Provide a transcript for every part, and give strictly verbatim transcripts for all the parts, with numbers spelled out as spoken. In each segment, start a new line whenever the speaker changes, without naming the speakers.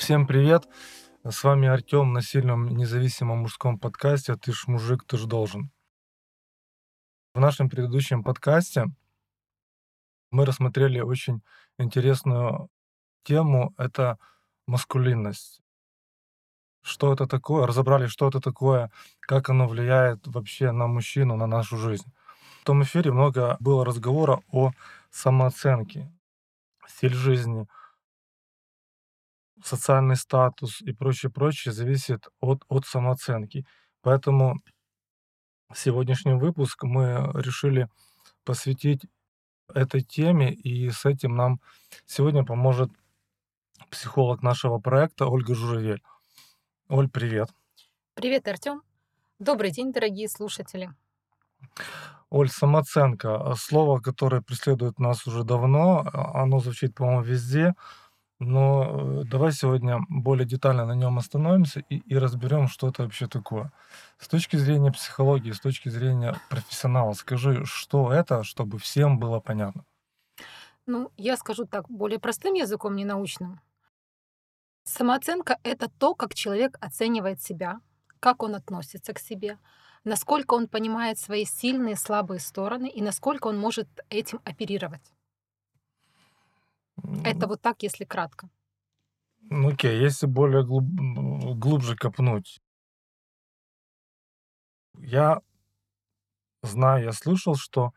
Всем привет! С вами Артём на сильном независимом мужском подкасте "Ты ж мужик, ты ж должен". В нашем предыдущем подкасте мы рассмотрели очень интересную тему- это маскулинность. Что это такое, разобрали, что это такое, как оно влияет вообще на мужчину, на нашу жизнь. В том эфире много было разговора о самооценке, стиль жизни социальный статус и прочее, прочее зависит от от самооценки. Поэтому сегодняшний выпуск мы решили посвятить этой теме, и с этим нам сегодня поможет психолог нашего проекта Ольга Журавель. Оль, привет!
Привет, Артём! Добрый день, дорогие слушатели!
Оль, самооценка, а, слово, которое преследует нас уже давно, а, оно звучит, по-моему, везде, но, э, давай сегодня более детально на нём остановимся и и разберём, что это вообще такое. С точки зрения психологии, с точки зрения профессионала, скажи, что это, чтобы всем было понятно?
Ну, я скажу так, более простым языком, ненаучным. Самооценка- это то, как человек оценивает себя, как он относится к себе, насколько он понимает свои сильные и слабые стороны и насколько он может этим оперировать. Это
М.
вот так, если кратко.
Ну, окей, если более глуб м, глубже копнуть Я знаю, я слышал, что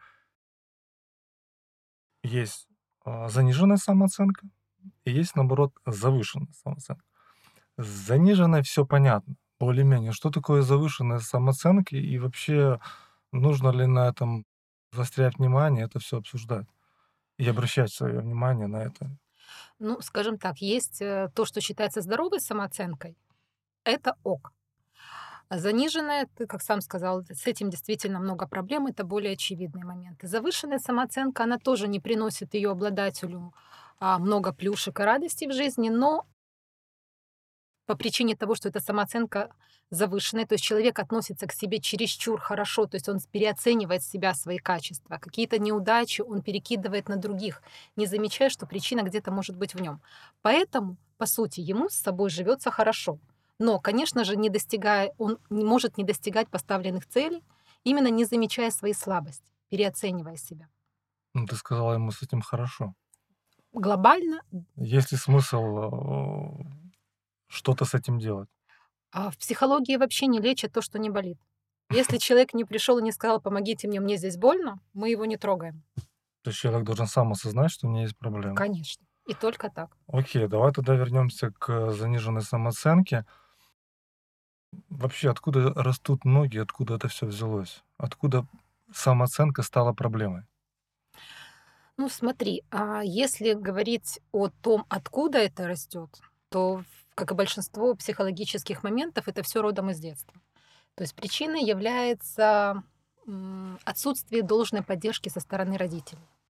есть, а, заниженная самооценка и есть, наоборот, завышенная самооценка. С заниженной всё понятно, более-менее. Что такое завышенная самооценка и вообще нужно ли на этом заострять внимание, это всё обсуждать и обращать своё внимание на это?
Ну, скажем так, есть, э, то, что считается здоровой самооценкой- это ок. А заниженная, ты как сам сказал, с этим действительно много проблем, это более очевидные моменты. Завышенная самооценка, она тоже не приносит её обладателю, а, много плюшек и радостей в жизни, но по причине того, что эта самооценка завышенная, то есть человек относится к себе чересчур хорошо, то есть он с переоценивает себя, свои качества, какие-то неудачи он перекидывает на других, не замечая, что причина где-то может быть в нём. Поэтому, по сути, ему с собой живётся хорошо. Но, конечно же, не достигая он не может не достигать поставленных целей, именно не замечая свои слабости, переоценивая себя.
Ну, ты сказала, ему с этим хорошо.
Глобально д
Есть ли смысл, э, что-то с этим делать?
А в психологии вообще не лечат то, что не болит. Если человек не пришёл и не сказал: "Помогите мне, мне здесь больно", мы его не трогаем.
То есть человек должен сам осознать, что у него есть проблема?
Конечно, и только так.
Окей, давай тогда вернёмся к заниженной самооценке. Вообще, откуда растут ноги, откуда это всё взялось? Откуда самооценка стала проблемой?
Ну, смотри, а, если говорить о том, откуда это растёт, то, в как и большинство психологических моментов, это всё родом из детства. То есть причиной является, м, отсутствие должной поддержки со стороны родителей.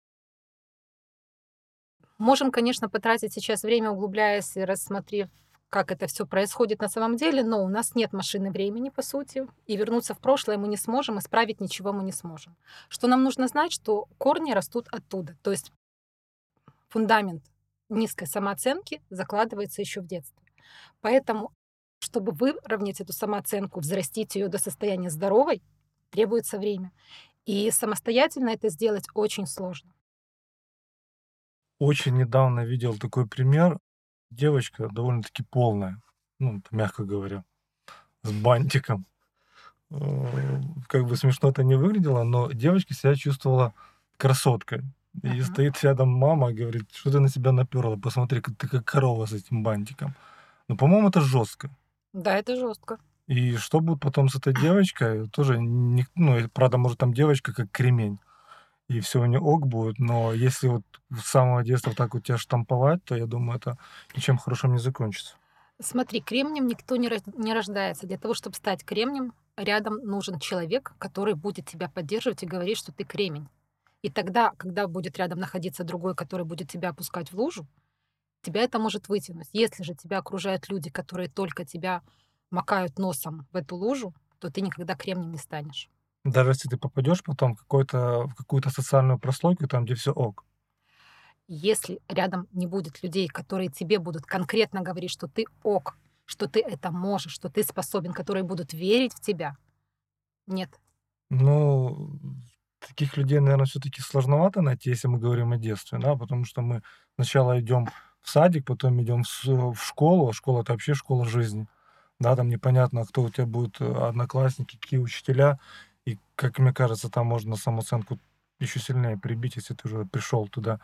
Можем, конечно, потратить сейчас время, углубляясь и рассмотрев, как это всё происходит на самом деле, но у нас нет машины времени, по сути, и вернуться в прошлое мы не сможем, исправить ничего мы не сможем. Что нам нужно знать, что корни растут оттуда, то есть фундамент низкой самооценки закладывается ещё в детстве. Поэтому, чтобы выровнять эту самооценку, взрастить её до состояния здоровой, требуется время, и самостоятельно это сделать очень сложно.
Очень недавно видел такой пример. Девочка довольно-таки полная, ну, т мягко говоря, с бантиком. Э, как бы смешно это не выглядело, но девочка себя чувствовала красоткой. И
Мгм.
стоит рядом мама, говорит: "Что ты на себя напёрла? Посмотри, как ты как корова с этим бантиком". Ну, по-моему, это жёстко.
Да, это жёстко.
И что будет потом с этой девочкой, тоже ник ну, и правда, может, там девочка как кремень, и всё у неё ок будет, но если вот с самого детства так вот тя штамповать, то, я думаю, это ничем хорошим не закончится.
Смотри, кремнем никто не ро не рождается. Для того, чтоб стать кремнем, рядом нужен человек, который будет тебя поддерживать и говорить, что ты кремень. И тогда, когда будет рядом находиться другой, который будет тебя опускать в лужу, тебя это может вытянуть. Если же тебя окружают люди, которые только тебя макают носом в эту лужу, то ты никогда кремнем не станешь.
Даже если ты попадёшь потом в какой-то в какую-то социальную прослойку, там, где всё ок?
Если рядом не будет людей, которые тебе будут конкретно говорить, что ты ок, что ты это можешь, что ты способен, которые будут верить в тебя, нет.
Ну, таких людей, наверно, всё-таки сложновато найти, если мы говорим о детстве, да, потому что мы сначала идём в садик, потом идём в с в школу, а школа- это вообще школа жизни. Да, там непонятно, кто у тебя будут, э, одноклассники, какие учителя. И, как мне кажется, там можно самооценку ещё сильнее прибить, если ты уже пришёл туда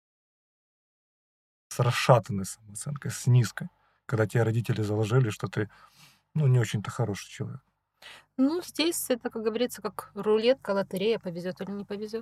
с расшатанной самооценкой, с низкой, когда те родители заложили, что ты, ну, не очень-то хороший человек.
Ну, здесь это, как говорится, как рулетка, лотерея: повезёт или не повезёт.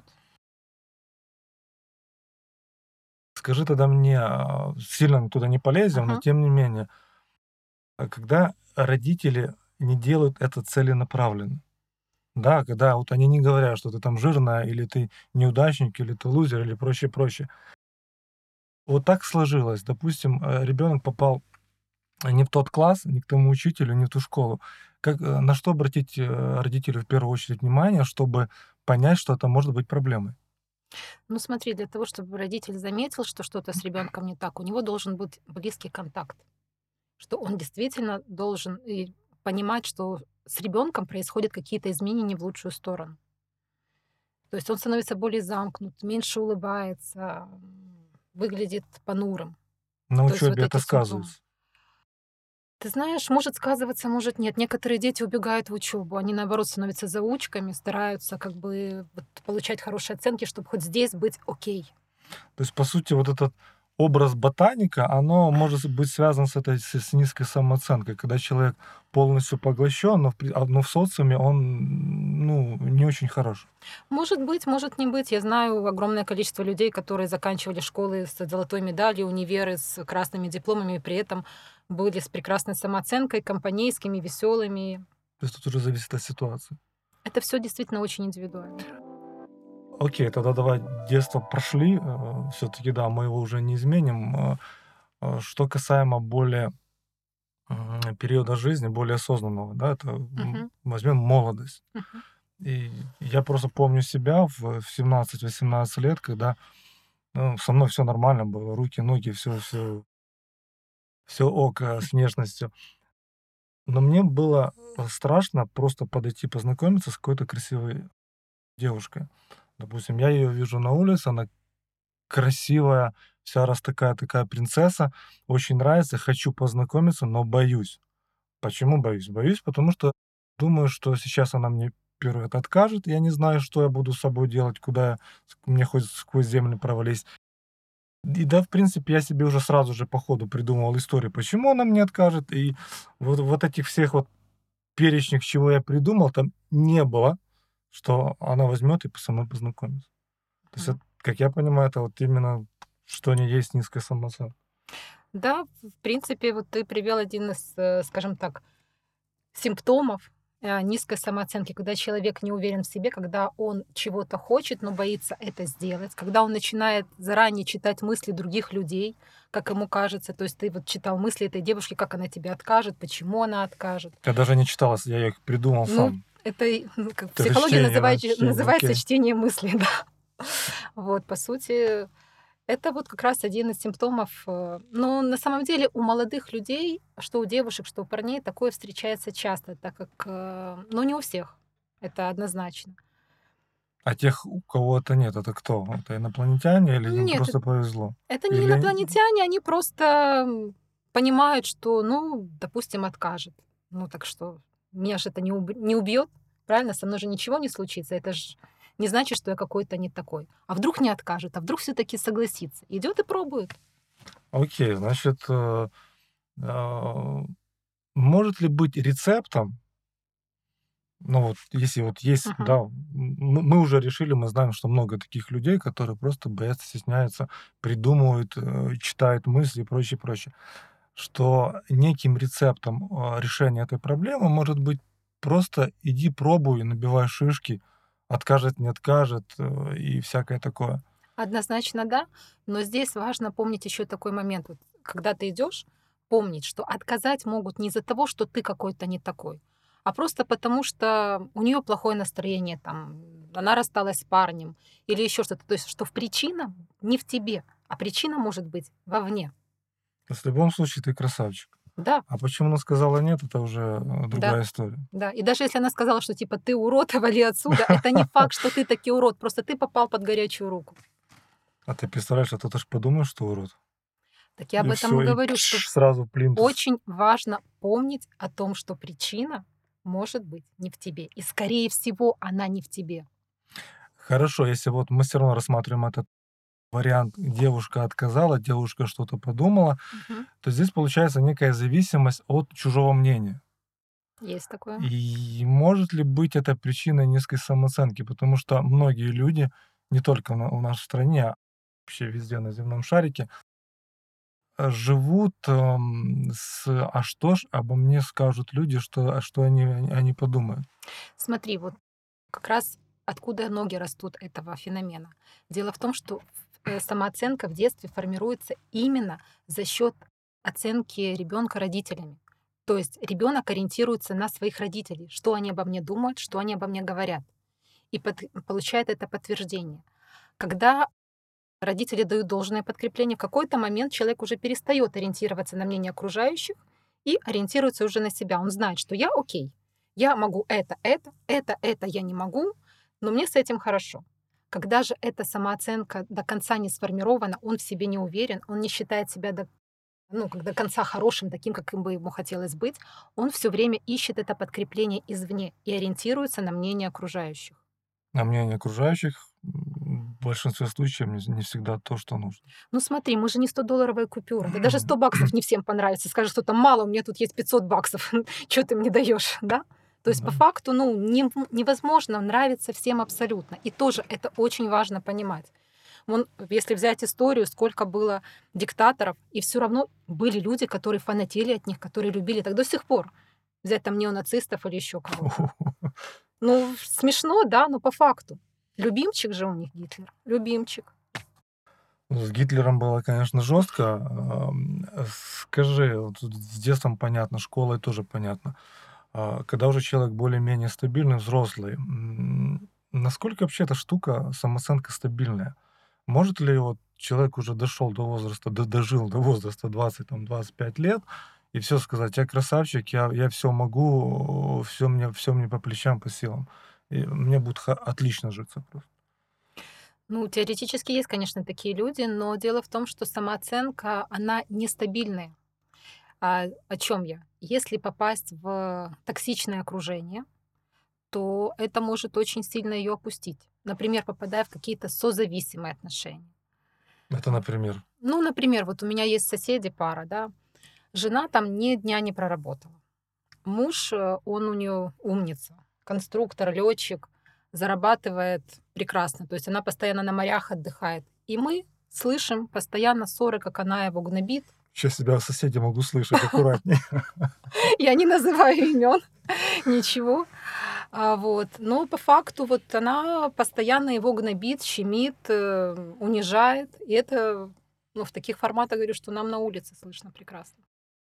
Скажи тогда мне, а, сильно мы туда не полезем, но
Ага.
тем не менее. А когда родители не делают это целенаправленно, да, когда вот они не говорят, что ты там жирная, или ты неудачник, или ты лузер, или проще, проще. Вот так сложилось. Допустим, э, ребёнок попал не в тот класс, не к тому учителю, не в ту школу. Как, э, на что обратить, э, родителю в первую очередь внимание, чтобы понять, что это может быть проблемой?
Ну, смотри, для того, чтобы родитель заметил, что что-то с ребёнком не так, у него должен быть близкий контакт. Что он действительно должен и понимать, что с ребёнком происходят какие-то изменения в лучшую сторону. То есть он становится более замкнут, меньше улыбается, м, выглядит понурым.
На
То есть вот
учёбе
эти
это
симптомы.
сказывается?
Ты знаешь, может сказываться, может нет. Некоторые дети убегают в учёбу. Они, наоборот, становятся заучками, стараются как бы вот получать хорошие оценки, чтоб хоть здесь быть окей.
То есть, по сути, вот этот образ ботаника, оно может с быть связано с этой с с низкой самооценкой, когда человек полностью поглощён, но в при а, но в социуме он, ну, не очень хорош.
Может быть, может не быть. Я знаю огромное количество людей, которые заканчивали школы с золотой медалью, универы с красными дипломами, и при этом были с прекрасной самооценкой, компанейскими, весёлыми.
То есть тут уже зависит от ситуации.
Это всё действительно очень индивидуально.
Окей, тогда давай детство прошли, э, всё-таки, да, мы его уже не изменим. Э, э, что касаемо более, м, периода жизни, более осознанного, да, это, м,
Мгм.
возьмём молодость.
Мгм.
И я просто помню себя в в семнадцать восемнадцать лет, когда, ну, со мной всё нормально было: руки, ноги, всё всё всё ок, э, с внешностью. Но мне было, э, страшно просто подойти познакомиться с какой-то красивой девушкой. Допустим, я её вижу на улице, она красивая, вся раз такая такая принцесса, очень нравится, хочу познакомиться, но боюсь. Почему боюсь? Боюсь, потому что думаю, что сейчас она мне, первое, это откажет, я не знаю, что я буду с собой делать, куда я с мне хоть сквозь землю провались. И да, в принципе, я себе уже сразу же по ходу придумывал историю, почему она мне откажет. И вот вот этих всех вот перечнях, чего я придумал, там не было, что она возьмёт и п со мной познакомится. То есть, вот,
Мгм.
как я понимаю, это вот именно что ни есть низкая самооценка.
Да, в в принципе, вот ты привёл один из, э, скажем так, симптомов, э, низкой самооценки, когда человек не уверен в себе, когда он чего-то хочет, но боится это сделать, когда он начинает заранее читать мысли других людей, как ему кажется. То есть ты вот читал мысли этой девушки, как она тебе откажет, почему она откажет.
Я даже не читал, с я их придумал
Ну,
сам.
это и, ну, как в
Это
психологии
чтение, да,
называете
чтение,
называется
окей.
чтение мыслей, да. Вот, по сути, это вот как раз один из симптомов. Э, но на самом деле у молодых людей, что у девушек, что у парней, такое встречается часто, так как, э, ну, не у всех, это однозначно.
А тех, у кого это нет, это кто? Это инопланетяне или им
Нет, эт
просто повезло?
это не
Или н
инопланетяне, они просто, м, понимают, что, ну, допустим, откажет. Ну, так что? Меня ж это не уб не убьёт, правильно? Со мной же ничего не случится. Это ж не значит, что я какой-то не такой. А вдруг не откажет, а вдруг всё-таки согласится? Идёт и пробует.
Окей, значит, э, а, может ли быть рецептом ну, вот если вот есть, да,
Мгм.
м мы мы уже решили, мы знаем, что много таких людей, которые просто боятся, стесняются, придумывают, э, читают мысли и прочее, прочее. Что неким рецептом, а, решения этой проблемы может быть просто иди пробуй, набивай шишки, откажет, не откажет, э, и всякое такое.
Однозначно да, но здесь важно помнить ещё такой момент. Вот когда ты идёшь, помнить, что отказать могут не из-за того, что ты какой-то не такой, а просто потому, что у неё плохое настроение, там, она рассталась с парнем или ещё что-то. То есть что в причина не в тебе. а причина может быть вовне.
То есть в любом случае ты красавчик.
Да,
А почему она сказала нет, это уже э,
да,
другая история.
да. И даже если она сказала, что типа ты урод, вали отсюда, это не факт, что ты таки урод, просто ты попал под горячую руку.
А ты представляешь, а кто-то ж подумает, что урод.
Так я
И
об этом
все,
и
и
говорю, что
пш, сразу плинтус.
очень важно помнить о том, что причина может быть не в тебе. И, скорее всего, она не в тебе.
Хорошо, если вот мы все равно рассматриваем этот вариант, девушка отказала, девушка что-то подумала,
Мгм.
то здесь получается некая зависимость от чужого мнения.
Есть такое.
И может ли быть это причиной низкой самооценки? Потому что многие люди, не только на- в нашей стране, а вообще везде на земном шарике, э, живут эм, с «а что ж обо мне скажут люди, что, а что они, они они подумают?»
Смотри, вот как раз откуда ноги растут этого феномена. Дело в том, что э, самооценка в детстве формируется именно за счет оценки ребенка родителями. То есть ребенок ориентируется на своих родителей, что они обо мне думают, что они обо мне говорят, и под- получает это подтверждение. Когда родители дают должное подкрепление, в какой-то момент человек уже перестает ориентироваться на мнение окружающих и ориентируется уже на себя. Он знает, что я окей, я могу это, это, это, это я не могу, но мне с этим хорошо. Когда же эта самооценка до конца не сформирована, он в себе не уверен, он не считает себя до, ну, как до конца хорошим, таким, каким бы ему хотелось быть, он все время ищет это подкрепление извне и ориентируется на мнение окружающих.
А мнение окружающих м, в большинстве случаев не, не всегда то, что нужно.
Ну смотри, мы же не сто-долларовая купюра. Да даже сто баксов не всем понравится. Скажет кто-то: «Мало, у меня тут есть пятьсот баксов. Чё ты мне даешь?» Да? То есть по
Да.
факту, ну, нев невозможно нравиться всем абсолютно. И тоже это очень важно понимать. Вон, если взять историю, сколько было диктаторов, и все равно были люди, которые фанатели от них, которые любили. Так до сих пор. Взять там неонацистов или еще кого-то. Ну, смешно, да, но по факту. Любимчик же у них Гитлер. Любимчик.
Ну, с Гитлером было, конечно, жестко. Ам, Скажи, вот тут с детством понятно, школой тоже понятно. А когда уже человек более-менее стабильный, взрослый, м, насколько вообще эта штука, самооценка стабильная? Может ли вот человек уже дошел до возраста, д- дожил до возраста двадцать, там, двадцать пять лет, и все сказать, я красавчик, я, я все могу, все мне, все мне по плечам, по силам. И мне будет ха- отлично житься просто.
Ну, теоретически есть, конечно, такие люди, но дело в том, что самооценка, она нестабильная. А о чем я? Если попасть в токсичное окружение, то это может очень сильно ее опустить. Например, попадая в какие-то созависимые отношения.
Это,
А,
например,
Ну, например, вот у меня есть соседи, пара, да, жена там ни дня не проработала. Муж, э, он у нее умница, конструктор, летчик, зарабатывает прекрасно. То есть она постоянно на морях отдыхает. И мы слышим постоянно ссоры, как она его гнобит.
сейчас себя соседи могу слышать аккуратнее.
Я не называю имен, ничего. А, вот. Но по факту вот она постоянно его гнобит, щемит, э, унижает. И это, ну, в таких форматах говорю, что нам на улице слышно прекрасно.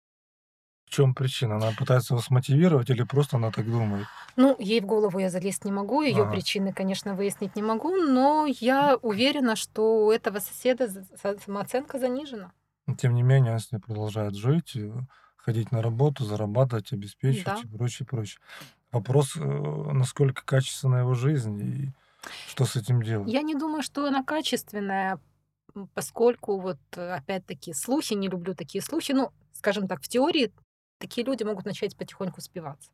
В чем причина? Она пытается его смотивировать или просто она так думает?
Ну, ей в голову я залезть не могу, ее
Ага.
причины, конечно, выяснить не могу, но я уверена, что у этого соседа з- са- самооценка занижена.
Но тем не менее, он с ней продолжает жить, э, ходить на работу, зарабатывать,
Да.
обеспечивать и прочее, прочее. Вопрос, э, насколько качественна его жизнь и что с этим делать.
Я не думаю, что она качественная, м, поскольку вот э, опять-таки слухи, не люблю такие слухи, ну, скажем так, в теории такие люди могут начать потихоньку спиваться.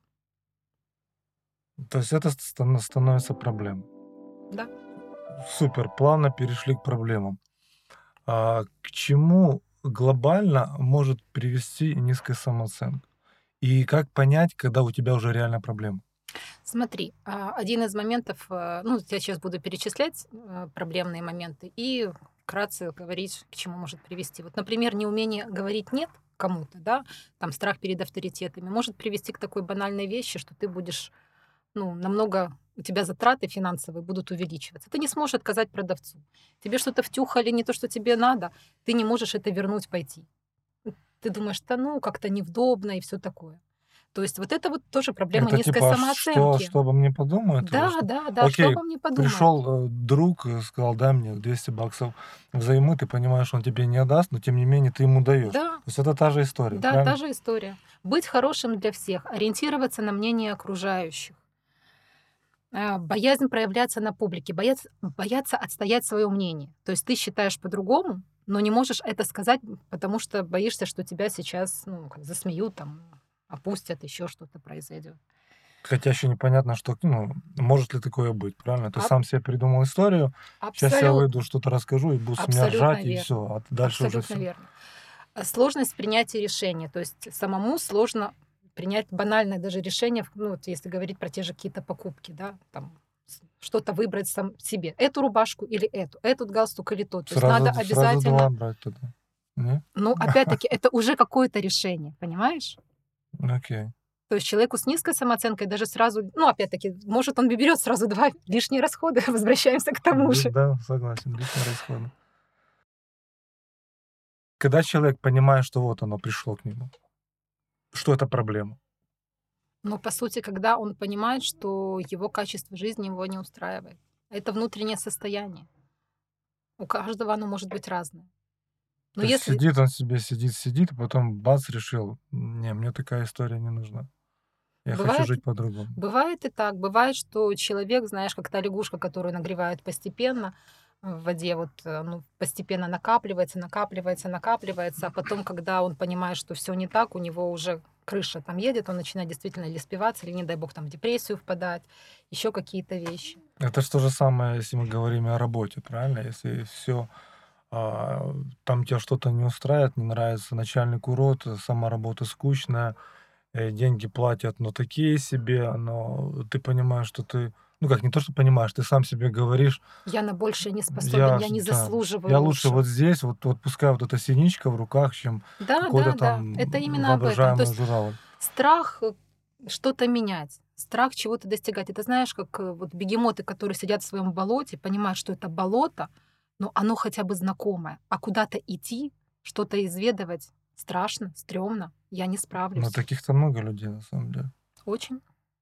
То есть это ст- становится проблемой.
Да.
Супер, плавно перешли к проблемам. А к чему глобально может привести низкая самооценка? И как понять, когда у тебя уже реально проблема?
Смотри, а, один из моментов, э, ну, я сейчас буду перечислять э, проблемные моменты и вкратце говорить, к чему может привести. Вот, например, неумение говорить «нет» кому-то, да, там страх перед авторитетами, может привести к такой банальной вещи, что ты будешь, ну, намного, у тебя затраты финансовые будут увеличиваться. Ты не сможешь отказать продавцу. Тебе что-то втюхали, не то, что тебе надо, ты не можешь это вернуть, пойти. Ты думаешь, да ну, как-то неудобно и все такое. То есть вот это вот тоже проблема
Это
низкой
типа, что,
самооценки.
что обо мне подумают или
Да,
что?
да, да, что
Окей,
обо мне подумают?
пришел э, друг, э, сказал, дай мне двести баксов взаймы, ты понимаешь, он тебе не отдаст, но тем не менее ты ему даешь.
Да,
То есть это та же история,
да, та
правильно?
же история. Быть хорошим для всех, ориентироваться на мнение окружающих, а, боязнь проявляться на публике, бояться, бояться отстоять свое мнение. То есть ты считаешь по-другому, но не можешь это сказать, потому что боишься, что тебя сейчас ну, как засмеют, там, опустят, еще что-то произойдет.
Хотя еще непонятно, что, ну, может ли такое быть, правильно? Ты
Аб-
сам себе придумал историю, сейчас я выйду,
абсолютно,
что-то расскажу, и будут с меня
абсолютно
ржать, и
верно.
все, а дальше уже
Абсолютно
все.
верно. А Сложность принятия решения. То есть самому сложно принять банальное даже решение, в- ну, вот если говорить про те же какие-то покупки, да, там с- что-то выбрать сам себе. Эту рубашку или эту, этот галстук или тот. То есть надо
Сразу, сразу два
обязательно,
брать тогда. Не?
ну, опять-таки, это уже какое-то решение, понимаешь?
Окей.
То есть человеку с низкой самооценкой даже сразу, ну, опять-таки, может, он берет сразу два лишние расходы, возвращаемся к тому
Ли-
же.
Да, согласен, лишние расходы. Когда человек понимает, что вот оно пришло к нему, что это проблема?
Но, по сути, когда он понимает, что его качество жизни его не устраивает. Это внутреннее состояние. У каждого оно может быть разное. Но
То есть
если
сидит он себе, сидит, сидит, а потом бац, решил, не, мне такая история не нужна. Я хочу
бывает,
жить по-другому.
бывает и так, бывает, что человек, знаешь, как та лягушка, которую нагревают постепенно в воде, вот э, ну, постепенно накапливается, накапливается, накапливается, а потом, когда он понимает, что все не так, у него уже крыша там едет, он начинает действительно или спиваться, или, не дай бог, там в депрессию впадать, еще какие-то вещи.
Это ж то же самое, если мы говорим о работе, правильно? Если все там тебя что-то не устраивает, не нравится начальник урод, э, сама работа скучная, э, деньги платят, но такие себе, но ты понимаешь, что ты, ну как, не то, что понимаешь, ты сам себе говоришь,
Я на большее не способен,
я,
я
ш-
не
да,
заслуживаю
я лучше
лучшего.
вот здесь, вот, вот пускай вот эта синичка в руках, чем
Да,
какой-то
да, да,
там
это именно об этом. То
воображаемый
есть
журавль.
страх э, что-то менять, страх чего-то достигать. Это знаешь, как э, вот бегемоты, которые сидят в своем болоте, понимают, что это болото, но оно хотя бы знакомое. А куда-то идти, что-то изведывать страшно, стрёмно, я не
Но
справлюсь.
таких-то много людей, на самом деле.
Очень.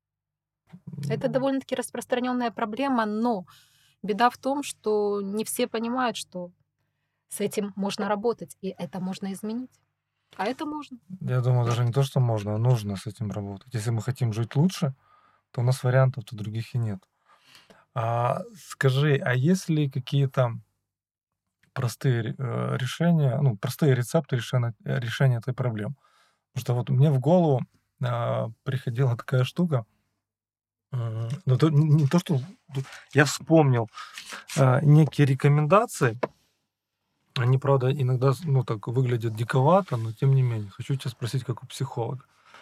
Это
М,
довольно-таки распространенная проблема, но беда в том, что не все понимают, что с этим можно работать, и это можно изменить. А это можно.
Я думаю, даже не то, что можно, а нужно с этим работать. Если мы хотим жить лучше, то у нас вариантов-то других и нет. А скажи, а есть ли какие-то простые ре- э, решения, ну, простые рецепты решения, э, решения этой проблемы? Потому что вот мне в голову а, приходила такая штука, м, ну, то- не то, что тут я вспомнил а, некие рекомендации, они, правда, иногда, ну, так выглядят диковато, но тем не менее, хочу тебя спросить, как у психолога.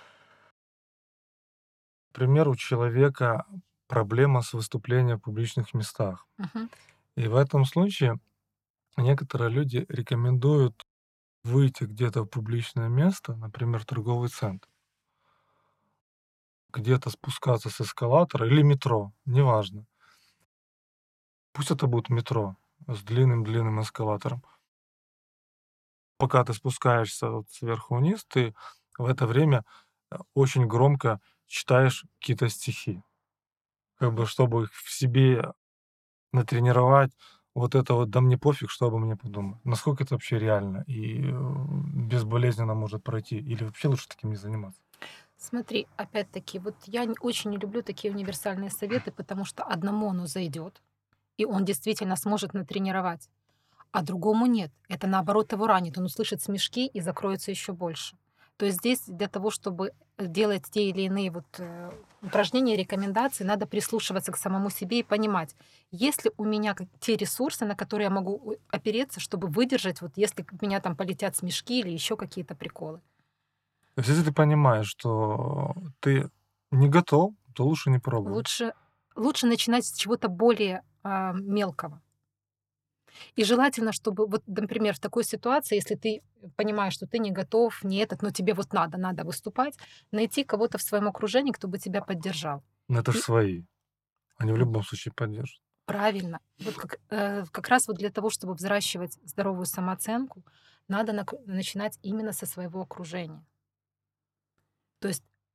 Например, у человека проблема с выступлением в публичных местах.
Мгм.
И в этом случае некоторые люди рекомендуют выйти где-то в публичное место, например, торговый центр, где-то спускаться с эскалатора или метро, неважно. Пусть это будет метро с длинным-длинным эскалатором. Пока ты спускаешься вот сверху вниз, ты в это время э, очень громко читаешь какие-то стихи, как бы чтобы их в себе натренировать вот это вот: "Да мне пофиг, что обо мне подумают". Насколько это вообще реально и, э, безболезненно может пройти или вообще лучше таким не заниматься?
Смотри, опять-таки, вот я не- очень не люблю такие универсальные советы, потому что одному оно зайдет, и он действительно сможет натренировать, а другому нет. Это наоборот его ранит, он услышит смешки и закроется еще больше. То есть здесь для того, чтобы э, делать те или иные вот э, упражнения, рекомендации, надо прислушиваться к самому себе и понимать, есть ли у меня как- те ресурсы, на которые я могу э, опереться, чтобы выдержать, вот если к- меня там полетят смешки или еще какие-то приколы.
То есть если ты понимаешь, что ты не готов, то лучше не пробовать.
Лучше, лучше начинать с чего-то более а, мелкого. И желательно, чтобы, вот, например, в такой ситуации, если ты понимаешь, что ты не готов, не этот, но тебе вот надо, надо выступать, найти кого-то в своем окружении, кто бы тебя поддержал.
Но это ж
И
свои. Они в
м,
любом случае поддержат.
правильно. Вот как, э, как раз вот для того, чтобы взращивать здоровую самооценку, надо нак- начинать именно со своего окружения. То есть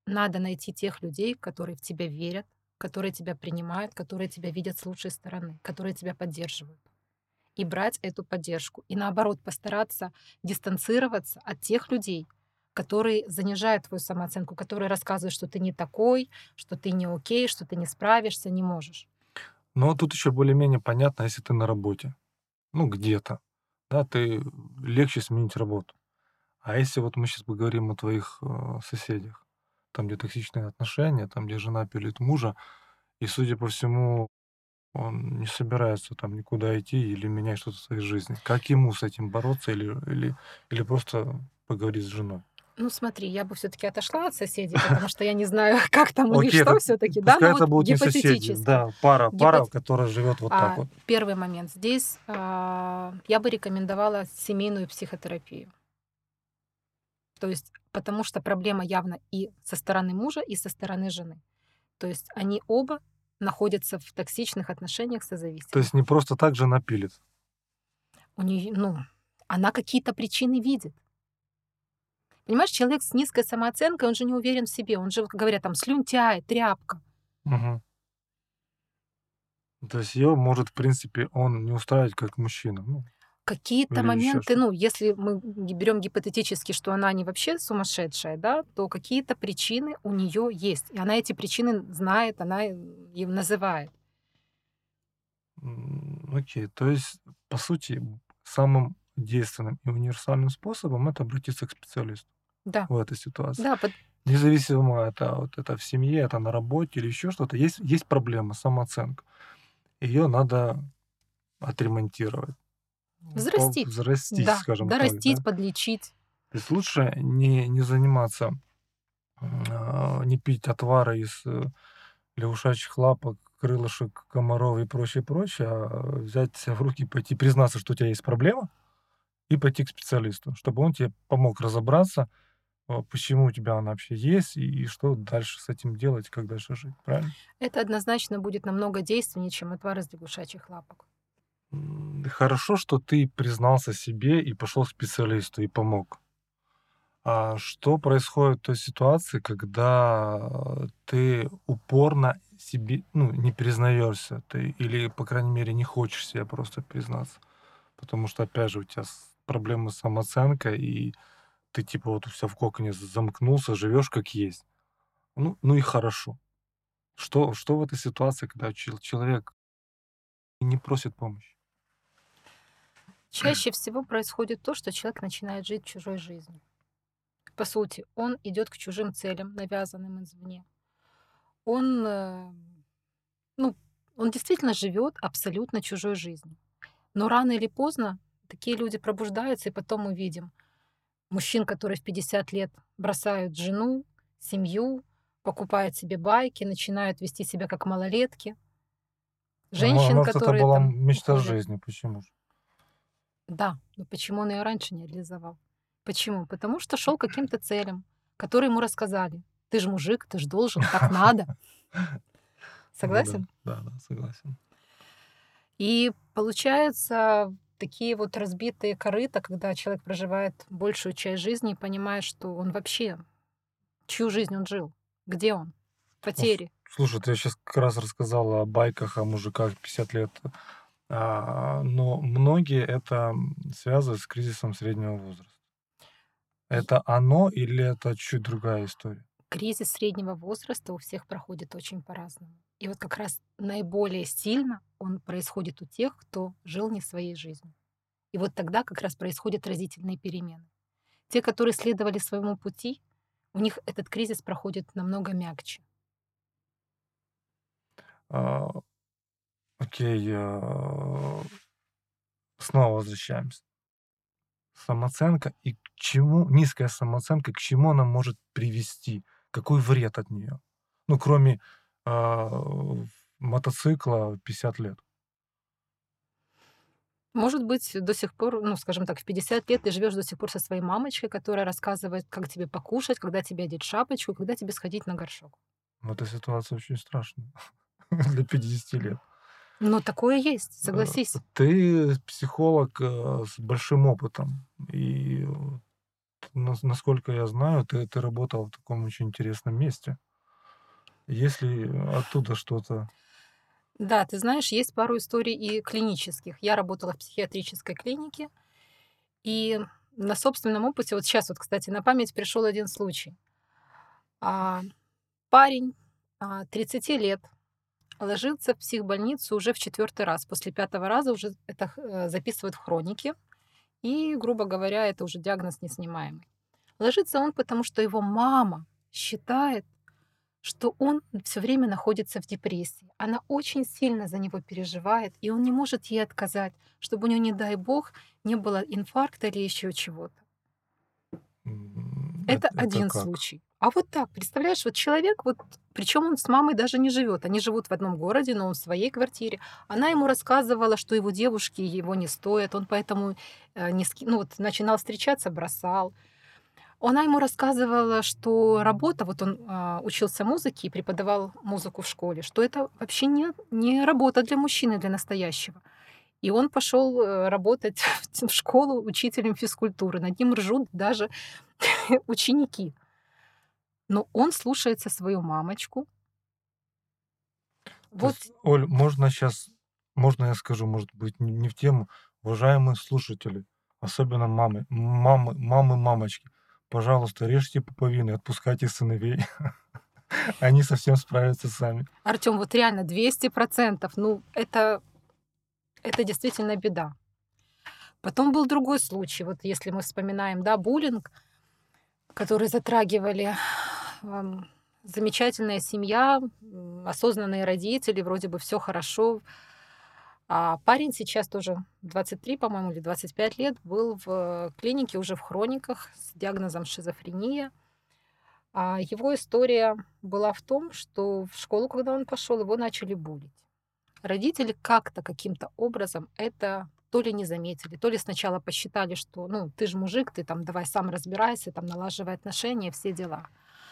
надо найти тех людей, которые в тебя верят, которые тебя принимают, которые тебя видят с лучшей стороны, которые тебя поддерживают. И брать эту поддержку. И наоборот, постараться дистанцироваться от тех людей, которые занижают твою самооценку, которые рассказывают, что ты не такой, что ты не окей, что ты не справишься, не можешь.
Но тут еще более-менее понятно, если ты на работе. Ну, где-то. Да, ты легче сменить работу. А если вот мы сейчас поговорим о твоих э, соседях, там, где токсичные отношения, там, где жена пилит мужа, и, судя по всему, он не собирается там никуда идти или менять что-то в своей жизни. Как ему с этим бороться или, или, или просто поговорить с женой?
Ну, смотри, я бы все таки отошла от соседей, потому что я не знаю, как там у них
Окей,
что
это
все таки да,
пускай
но
это
вот
будут не соседи,
гипотетически.
да, пара, пара,
Гипот
которая живет вот так
а,
вот.
первый момент. Здесь, а, я бы рекомендовала семейную психотерапию. То есть потому что проблема явно и со стороны мужа, и со стороны жены. То есть они оба находятся в токсичных отношениях
То есть
созависимых.
не просто так жена пилит.
У неё, ну, она какие-то причины видит. Понимаешь, человек с низкой самооценкой, он же не уверен в себе. Он же, вот как говорят, там, слюнтяй, тряпка.
Мгм. То есть ее может, в принципе, он не устраивать как мужчина. Ну,
Какие-то
или еще
моменты,
что-то.
ну, если мы ги берём гипотетически, что она не вообще сумасшедшая, да, то какие-то причины у нее есть. И она эти причины знает, она, э, им называет.
М, Окей, то есть, по сути, самым действенным и универсальным способом это обратиться к специалисту
Да,
в этой ситуации.
да, пот
Независимо это вот это в семье, это на работе или еще что-то. Есть, есть проблема, самооценка. Ее надо отремонтировать, м, по-
взрастить.
взрастить,
Да,
скажем так, да.
дорастить, подлечить.
То есть лучше не, не заниматься, м, а, не пить отвары из э, лягушачьих лапок, крылышек, комаров и прочее, прочее, а взять себя в руки и пойти признаться, что у тебя есть проблема, и пойти к специалисту, чтобы он тебе помог разобраться, а, почему у тебя она вообще есть и, и что дальше с этим делать, как дальше жить, правильно?
Это однозначно будет намного действеннее, чем отвар из лягушачьих лапок.
М, Хорошо, что ты признался себе и пошел к специалисту и помог. А что происходит в той ситуации, когда э, ты упорно себе, ну, не признаешься, ты или, по крайней мере, не хочешь себе просто признаться? Потому что, опять же, у тебя с- проблемы с самооценкой, и ты типа вот у себя в коконе замкнулся, живешь как есть. Ну, ну и хорошо. Что, что в этой ситуации, когда чел- человек не просит помощи?
Чаще всего происходит то, что человек начинает жить чужой жизнью. По сути, он идет к чужим целям, навязанным извне. Он, э, ну, он действительно живет абсолютно чужой жизнью. Но рано или поздно такие люди пробуждаются, и потом мы видим мужчин, которые в пятьдесят лет бросают жену, семью, покупают себе байки, начинают вести себя как малолетки.
Ну, мо-
Женщин,
может, это
которые
была
там
мечта
уходят.
жизни, почему же?
Да, но почему он ее раньше не реализовал? Почему? Потому что шел к каким-то целям, которые ему рассказали. Ты же мужик, ты же должен, так надо.
Ну да,
Согласен?
да, да, согласен.
И получается, такие вот разбитые корыта, когда человек проживает большую часть жизни и понимает, что он вообще, чью жизнь он жил, где он, в
Ну, с-
потере.
слушай, ты сейчас как раз рассказала о байках, о мужиках пятьдесят лет. А, но многие это м, связывают с кризисом среднего возраста.
И
Это оно или это чуть другая история?
кризис среднего возраста у всех проходит очень по-разному. И вот как раз наиболее сильно он происходит у тех, кто жил не своей жизнью. И вот тогда как раз происходят разительные перемены. Те, которые следовали своему пути, у них этот кризис проходит намного мягче.
А, окей, а, снова возвращаемся. Самооценка и к чему, низкая самооценка, к чему она может привести? Какой вред от нее? Ну, кроме а, мотоцикла в пятьдесят лет.
Может быть, до сих пор, ну, скажем так, в пятьдесят лет ты живешь до сих пор со своей мамочкой, которая рассказывает, как тебе покушать, когда тебе одеть шапочку, когда тебе сходить на горшок.
Ну, эта ситуация очень страшная для пятидесяти лет.
Но такое есть,
Э,
согласись.
ты психолог, э, с большим опытом, и нас насколько я знаю, ты ты работала в таком очень интересном месте. Есть ли оттуда что-то?
Да, ты знаешь, есть пару историй и клинических. Я работала в психиатрической клинике, и на собственном опыте, вот сейчас вот, кстати, на память пришел один случай. А, парень, а, тридцати лет, ложится в психбольницу уже в четвертый раз. После пятого раза уже это х э, записывают в хронике, и, грубо говоря, это уже диагноз неснимаемый. Ложится он, потому что его мама считает, что он все время находится в депрессии. Она очень сильно за него переживает, и он не может ей отказать, чтобы у него, не дай бог, не было инфаркта или еще чего-то.
М,
Это
эт это
один
как?
случай. А вот так, представляешь, вот человек, вот, причем он с мамой даже не живет. Они живут в одном городе, но он в своей квартире. Она ему рассказывала, что его девушки его не стоят, он поэтому э, не ски- ну, вот, начинал встречаться, бросал. Она ему рассказывала, что работа, вот он а, учился музыке и преподавал музыку в школе, что это вообще не, не работа для мужчины, для настоящего. И он пошел э, работать в школу учителем физкультуры. Над ним ржут даже ученики. Но он слушается свою мамочку.
То
Вот,
есть, Оль, можно сейчас, можно я скажу, может быть, не не в тему. Уважаемые слушатели, особенно мамы, мамы мамы, мамочки, пожалуйста, режьте пуповины, отпускайте сыновей. Они совсем справятся сами.
Артём, вот реально двести процентов, ну, это, это действительно беда. Потом был другой случай, вот если мы вспоминаем, да, буллинг, который затрагивали ам, замечательная семья, м, осознанные родители, вроде бы все хорошо. А парень сейчас тоже двадцать три, по-моему, или двадцать пять лет, был в клинике уже в хрониках с диагнозом шизофрения. А его история была в том, что в школу, когда он пошел, его начали булить. Родители как-то, каким-то образом это то ли не заметили, то ли сначала посчитали, что, ну, ты же мужик, ты там давай сам разбирайся, там налаживай отношения, все дела.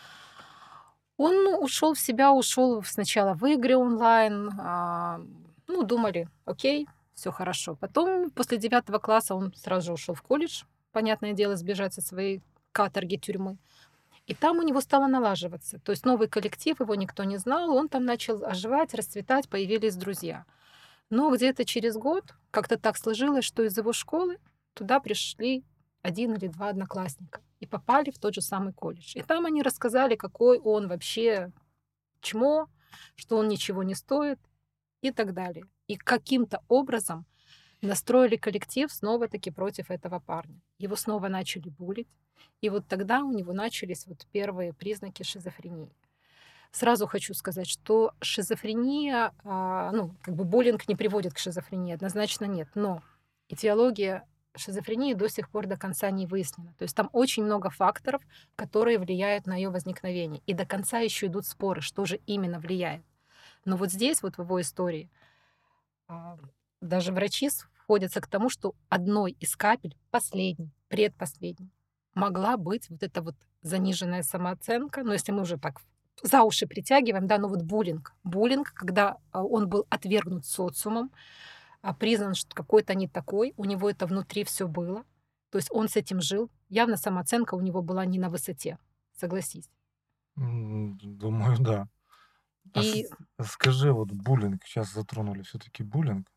Он ушел в себя, ушел сначала в игры онлайн, а, ну, думали, окей, все хорошо. Потом, после девятого класса, он сразу же ушел в колледж, понятное дело, сбежать со своей каторги тюрьмы. И там у него стало налаживаться. То есть новый коллектив, его никто не знал, он там начал оживать, расцветать, появились друзья. Но где-то через год как-то так сложилось, что из его школы туда пришли один или два одноклассника и попали в тот же самый колледж. И там они рассказали, какой он вообще чмо, что он ничего не стоит и так далее. И каким-то образом настроили коллектив снова-таки против этого парня. Его снова начали булить. И вот тогда у него начались вот первые признаки шизофрении. Сразу хочу сказать, что шизофрения, а, ну, как бы буллинг не приводит к шизофрении, однозначно нет. Но этиология шизофрении до сих пор до конца не выяснена. То есть там очень много факторов, которые влияют на ее возникновение. И до конца еще идут споры, что же именно влияет. Но вот здесь, вот в его истории, а, даже врачи сходятся к тому, что одной из капель, последней, предпоследней, могла быть вот эта вот заниженная самооценка. Но если мы уже так за уши притягиваем, да, ну вот буллинг. Буллинг, когда а, он был отвергнут социумом, а, признан, что какой-то не такой, у него это внутри все было. То есть он с этим жил. Явно самооценка у него была не на высоте, согласись.
М, думаю, да. А с
И
скажи, вот буллинг, сейчас затронули все таки буллинг.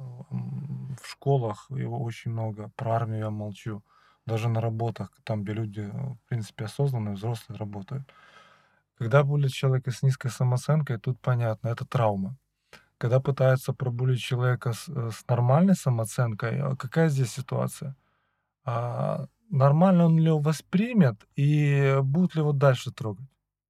М, в школах его очень много, про армию я молчу. Даже на работах, там, где люди, э, в принципе, осознанные, взрослые работают. Когда булят человека с низкой самооценкой, тут понятно, это травма. Когда пытаются пробулить человека с, э, с нормальной самооценкой, а какая здесь ситуация? А, нормально он ли его воспримет и будет ли его дальше трогать?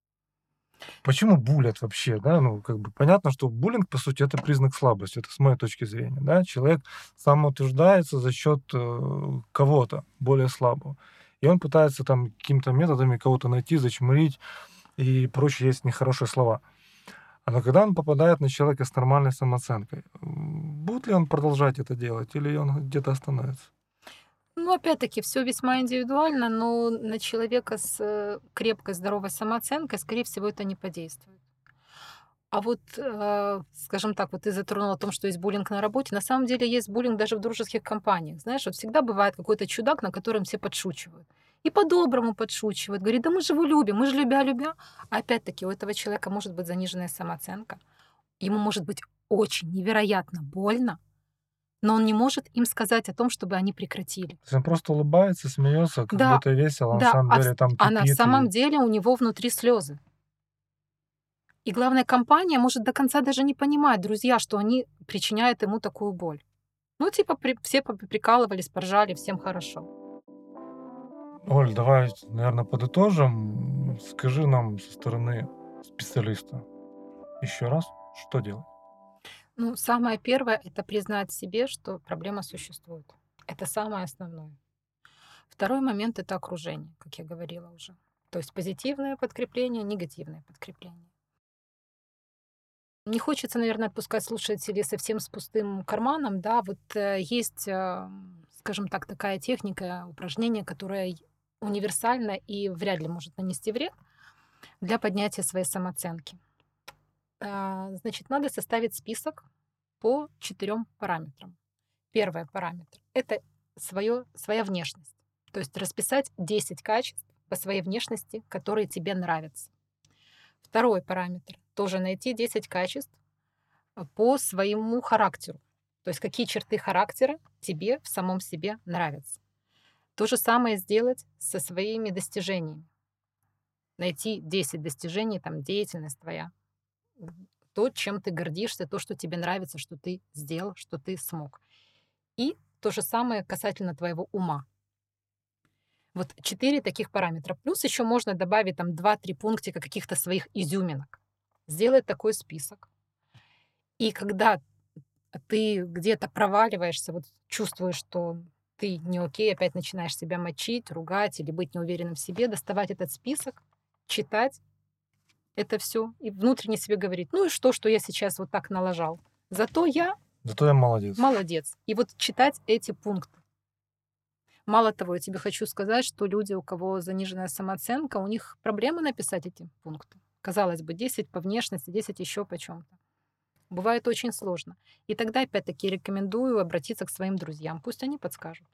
Почему булят вообще, да? Ну, как бы понятно, что буллинг, по сути, это признак слабости. Это с моей точки зрения, да. Человек самоутверждается за счет э, кого-то более слабого. И он пытается там какими-то методами кого-то найти, зачмырить и прочие есть нехорошие слова. А но когда он попадает на человека с нормальной самооценкой, м, будет ли он продолжать это делать или он где-то остановится?
ну, опять-таки, все весьма индивидуально, но на человека с, э, крепкой, здоровой самооценкой, скорее всего, это не подействует. А вот, э, скажем так, вот ты затронула о том, что есть буллинг на работе. На самом деле есть буллинг даже в дружеских компаниях. Знаешь, вот всегда бывает какой-то чудак, на котором все подшучивают. И по-доброму подшучивает. Говорит: да мы же его любим, мы же любя-любя. А опять-таки у этого человека может быть заниженная самооценка. Ему может быть очень невероятно больно, но он не может им сказать о том, чтобы они прекратили.
То есть он просто улыбается, смеется, как
Да,
будто весело, а на
да,
самом
а,
деле
в-
там
а на
кипит.
самом
И...
деле у него внутри слезы. И главное, компания может до конца даже не понимать, друзья, что они причиняют ему такую боль. Ну, типа, при- все поприкалывались, поржали, всем хорошо.
Оль, давай, наверное, подытожим. Скажи нам со стороны специалиста еще раз, что делать.
Ну, самое первое — это признать себе, что проблема существует. Это самое основное. Второй момент — это окружение, как я говорила уже. То есть позитивное подкрепление, негативное подкрепление. Не хочется, наверное, отпускать слушателей совсем с пустым карманом, да. Вот э, есть, э, скажем так, такая техника, упражнение, которое й- универсально и вряд ли может нанести вред для поднятия своей самооценки. А, Значит, надо составить список по четырем параметрам. Первый параметр — это свое, своя внешность. То есть расписать десять качеств по своей внешности, которые тебе нравятся. Второй параметр — тоже найти десять качеств а, по своему характеру. То есть какие черты характера тебе в самом себе нравятся. То же самое сделать со своими достижениями. Найти десять достижений, там, деятельность твоя, м, то, чем ты гордишься, то, что тебе нравится, что ты сделал, что ты смог. И то же самое касательно твоего ума. Вот четыре таких параметра. Плюс еще можно добавить там два-три пунктика каких-то своих изюминок. Сделать такой список. И когда ты где-то проваливаешься, вот чувствуешь, что ты не окей, опять начинаешь себя мочить, ругать или быть неуверенным в себе, доставать этот список, читать это все и внутренне себе говорить: ну и что, что я сейчас вот так налажал? Зато я
Зато я молодец.
молодец. И вот читать эти пункты. Мало того, я тебе хочу сказать, что люди, у кого заниженная самооценка, у них проблемы написать эти пункты. Казалось бы, десять по внешности, десять еще по чем-то. Бывает очень сложно. И тогда, опять-таки, рекомендую обратиться к своим друзьям. Пусть они подскажут.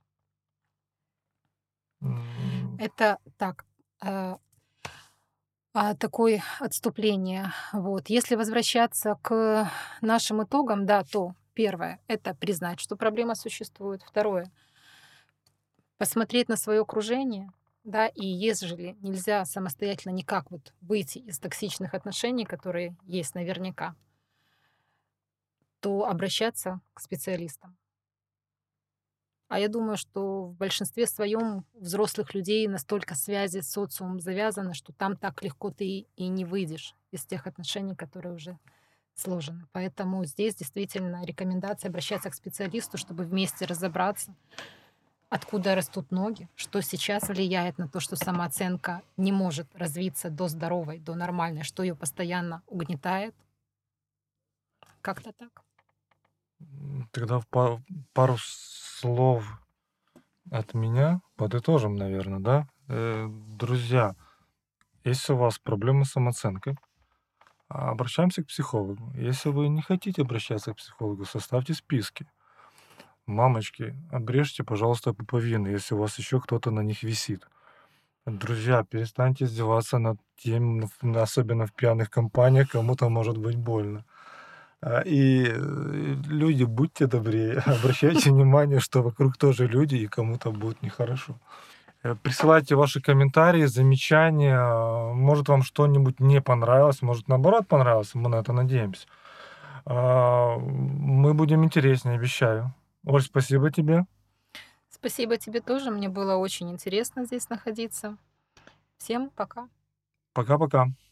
М,
Это так, э, а, такое отступление. Вот. Если возвращаться к нашим итогам, да, то первое — это признать, что проблема существует. Второе — посмотреть на свое окружение, да, и ежели нельзя самостоятельно никак вот выйти из токсичных отношений, которые есть наверняка, то обращаться к специалистам. А я думаю, что в большинстве своем взрослых людей настолько связи с социумом завязаны, что там так легко ты и не выйдешь из тех отношений, которые уже сложены. Поэтому здесь действительно рекомендация обращаться к специалисту, чтобы вместе разобраться, откуда растут ноги, что сейчас влияет на то, что самооценка не может развиться до здоровой, до нормальной, что ее постоянно угнетает. Как-то так.
м, Тогда в па- пару слов от меня подытожим, наверное, да? Э, Друзья, если у вас проблемы с самооценкой, а, обращаемся к психологу. Если вы не хотите обращаться к психологу, составьте списки. Мамочки, обрежьте, пожалуйста, пуповины, если у вас еще кто-то на них висит. Друзья, перестаньте издеваться над тем, в- особенно в пьяных компаниях, кому-то может быть больно. А, И э, люди, будьте добрее, обращайте внимание, что вокруг тоже люди, и кому-то будет нехорошо. Э, Присылайте ваши комментарии, замечания. а, Может, вам что-нибудь не понравилось, может, наоборот понравилось, мы на это надеемся. А, Мы будем интереснее, обещаю. Оль, спасибо тебе.
Спасибо тебе тоже. Мне было очень интересно здесь находиться. Всем пока.
Пока-пока.